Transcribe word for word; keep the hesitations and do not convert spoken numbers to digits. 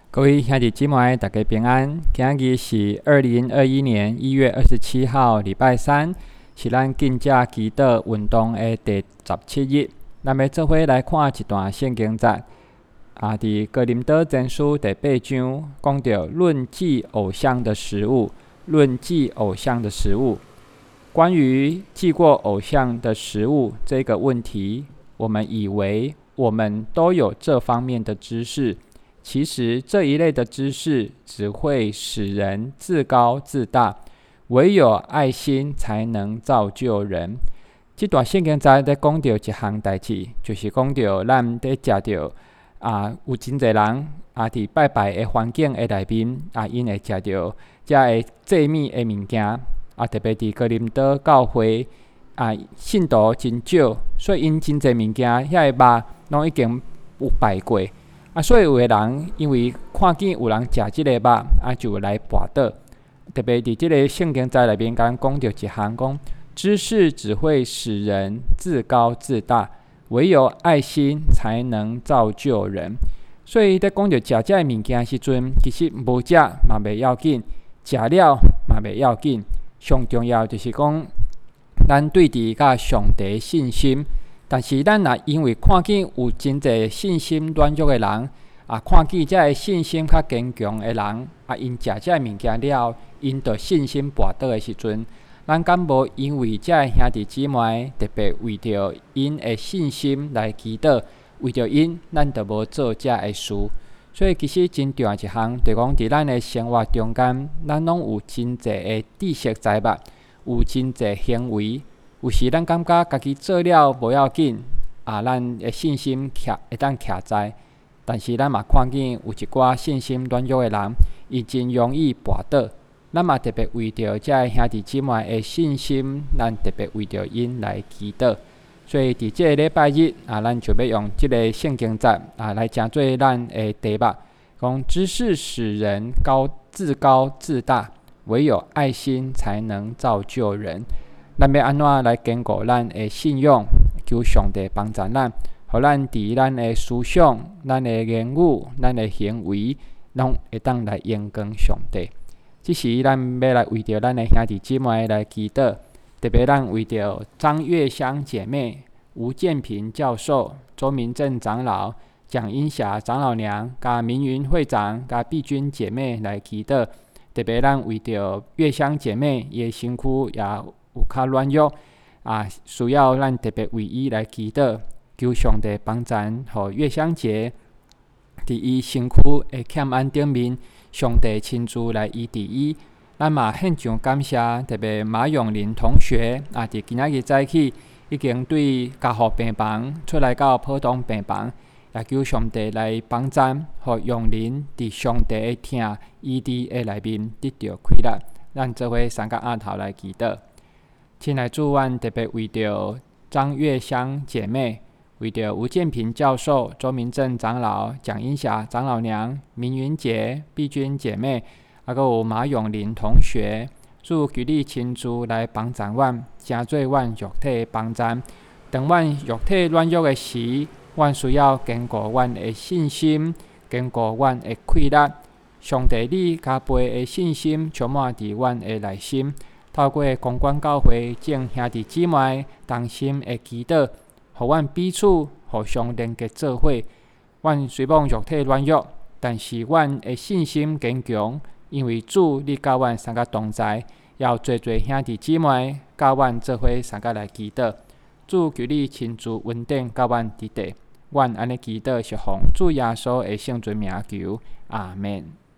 各位兄弟姊妹，大家平安。今日是二零二一年一月二十七号，礼拜三，是咱敬假祈祷运动的第十七日。咱要做伙来看一段圣经节，啊，伫哥林多前书第八章讲到论祭偶像的食物，论祭偶像的食物。关于祭过偶像的食物这个问题，我们以为我们都有这方面的知识。其实这一类的知识只会使人自高自大，唯有爱心才能造就人。这段圣经在在讲到一项代志，就是讲到咱在食到啊，有真侪人啊，伫拜拜的环境的内面啊，因会食到这个祭米的物件啊，特别伫哥林多教会啊，信徒真少，所以因真侪物件遐个肉拢已经有拜过。啊，所以有的人因为看见有人食即个肉，啊就来跋倒。特别伫即个圣经在内面讲讲到一项讲，知识只会使人自高自大，唯有爱心才能造就人。所以在讲到食这个物件时阵，其实无食嘛袂要紧，食了嘛袂要紧。上重要就是讲，咱对伫甲上帝的信心。但是咱若因为看见有真侪信心软弱的人，啊，看见这个信心较坚强的人，啊，因食这个物件了，因着信心跋倒的时阵，咱敢无因为这个兄弟姊妹特别为着因的信心来祈祷，为着因，咱就无做这个事。所以其实真重要一项，就讲伫咱的生活中间，咱拢有真侪的知识财物，有真侪行为。有时咱感觉家己做了无要紧，啊，咱的信心徛会当徛在，但是咱嘛看见有一寡信心软弱的人，伊真容易跋倒。咱嘛特别为着这个兄弟姊妹的信心，咱特别为着因来祈祷。所以伫这个礼拜日啊，咱就要用这个圣经节啊来讲做咱的题目，讲知识使人高自高自大，唯有爱心才能造就人。咱要安怎来坚固咱的信仰？求上帝帮助咱，互咱伫咱的思想、咱的言语、咱的行为，拢会当来荣光上帝。这时，咱要来为着咱的兄弟姊妹来祈祷，特别咱为着张月香姐妹、吴建平教授、周明正长老、蒋英霞长老娘、甲明云会长、甲碧君姐妹来祈祷。特别咱为着月香姐妹，伊的身躯也有较软弱啊，需要咱特别为伊来祈祷，求上帝帮助，互月香节伫伊身躯的欠安顶面，上帝亲自来医治伊。咱嘛献上感谢，特别马永林同学啊，伫今仔日早起已经对家护病房出来到普通病房，也求上帝来帮助，互永林伫上帝的听医治的内面得到快乐。咱做伙三个阿头来祈祷。亲爱主，阮特别为着张月香姐妹，为着吴建平教授、周明正长老、蒋英霞长老娘、明云姐、碧君姐妹，还有马永林同学，主求你亲自来帮助阮，成做阮肉体的帮助。当阮肉体软弱的时，阮需要坚固阮的信心，坚固阮的气力。上帝，你加倍的信心充满伫阮的内心。透过公关教会众兄弟姊妹同心的祈祷，互阮彼此互相连结做伙。阮虽然肉体软弱，但是阮的信心坚强，因为主你甲阮三个同在，要做做兄弟姊妹，甲阮做伙三个来祈祷。主求你亲自稳定甲阮伫地，阮安尼祈祷是奉主耶稣的圣尊名求，阿们。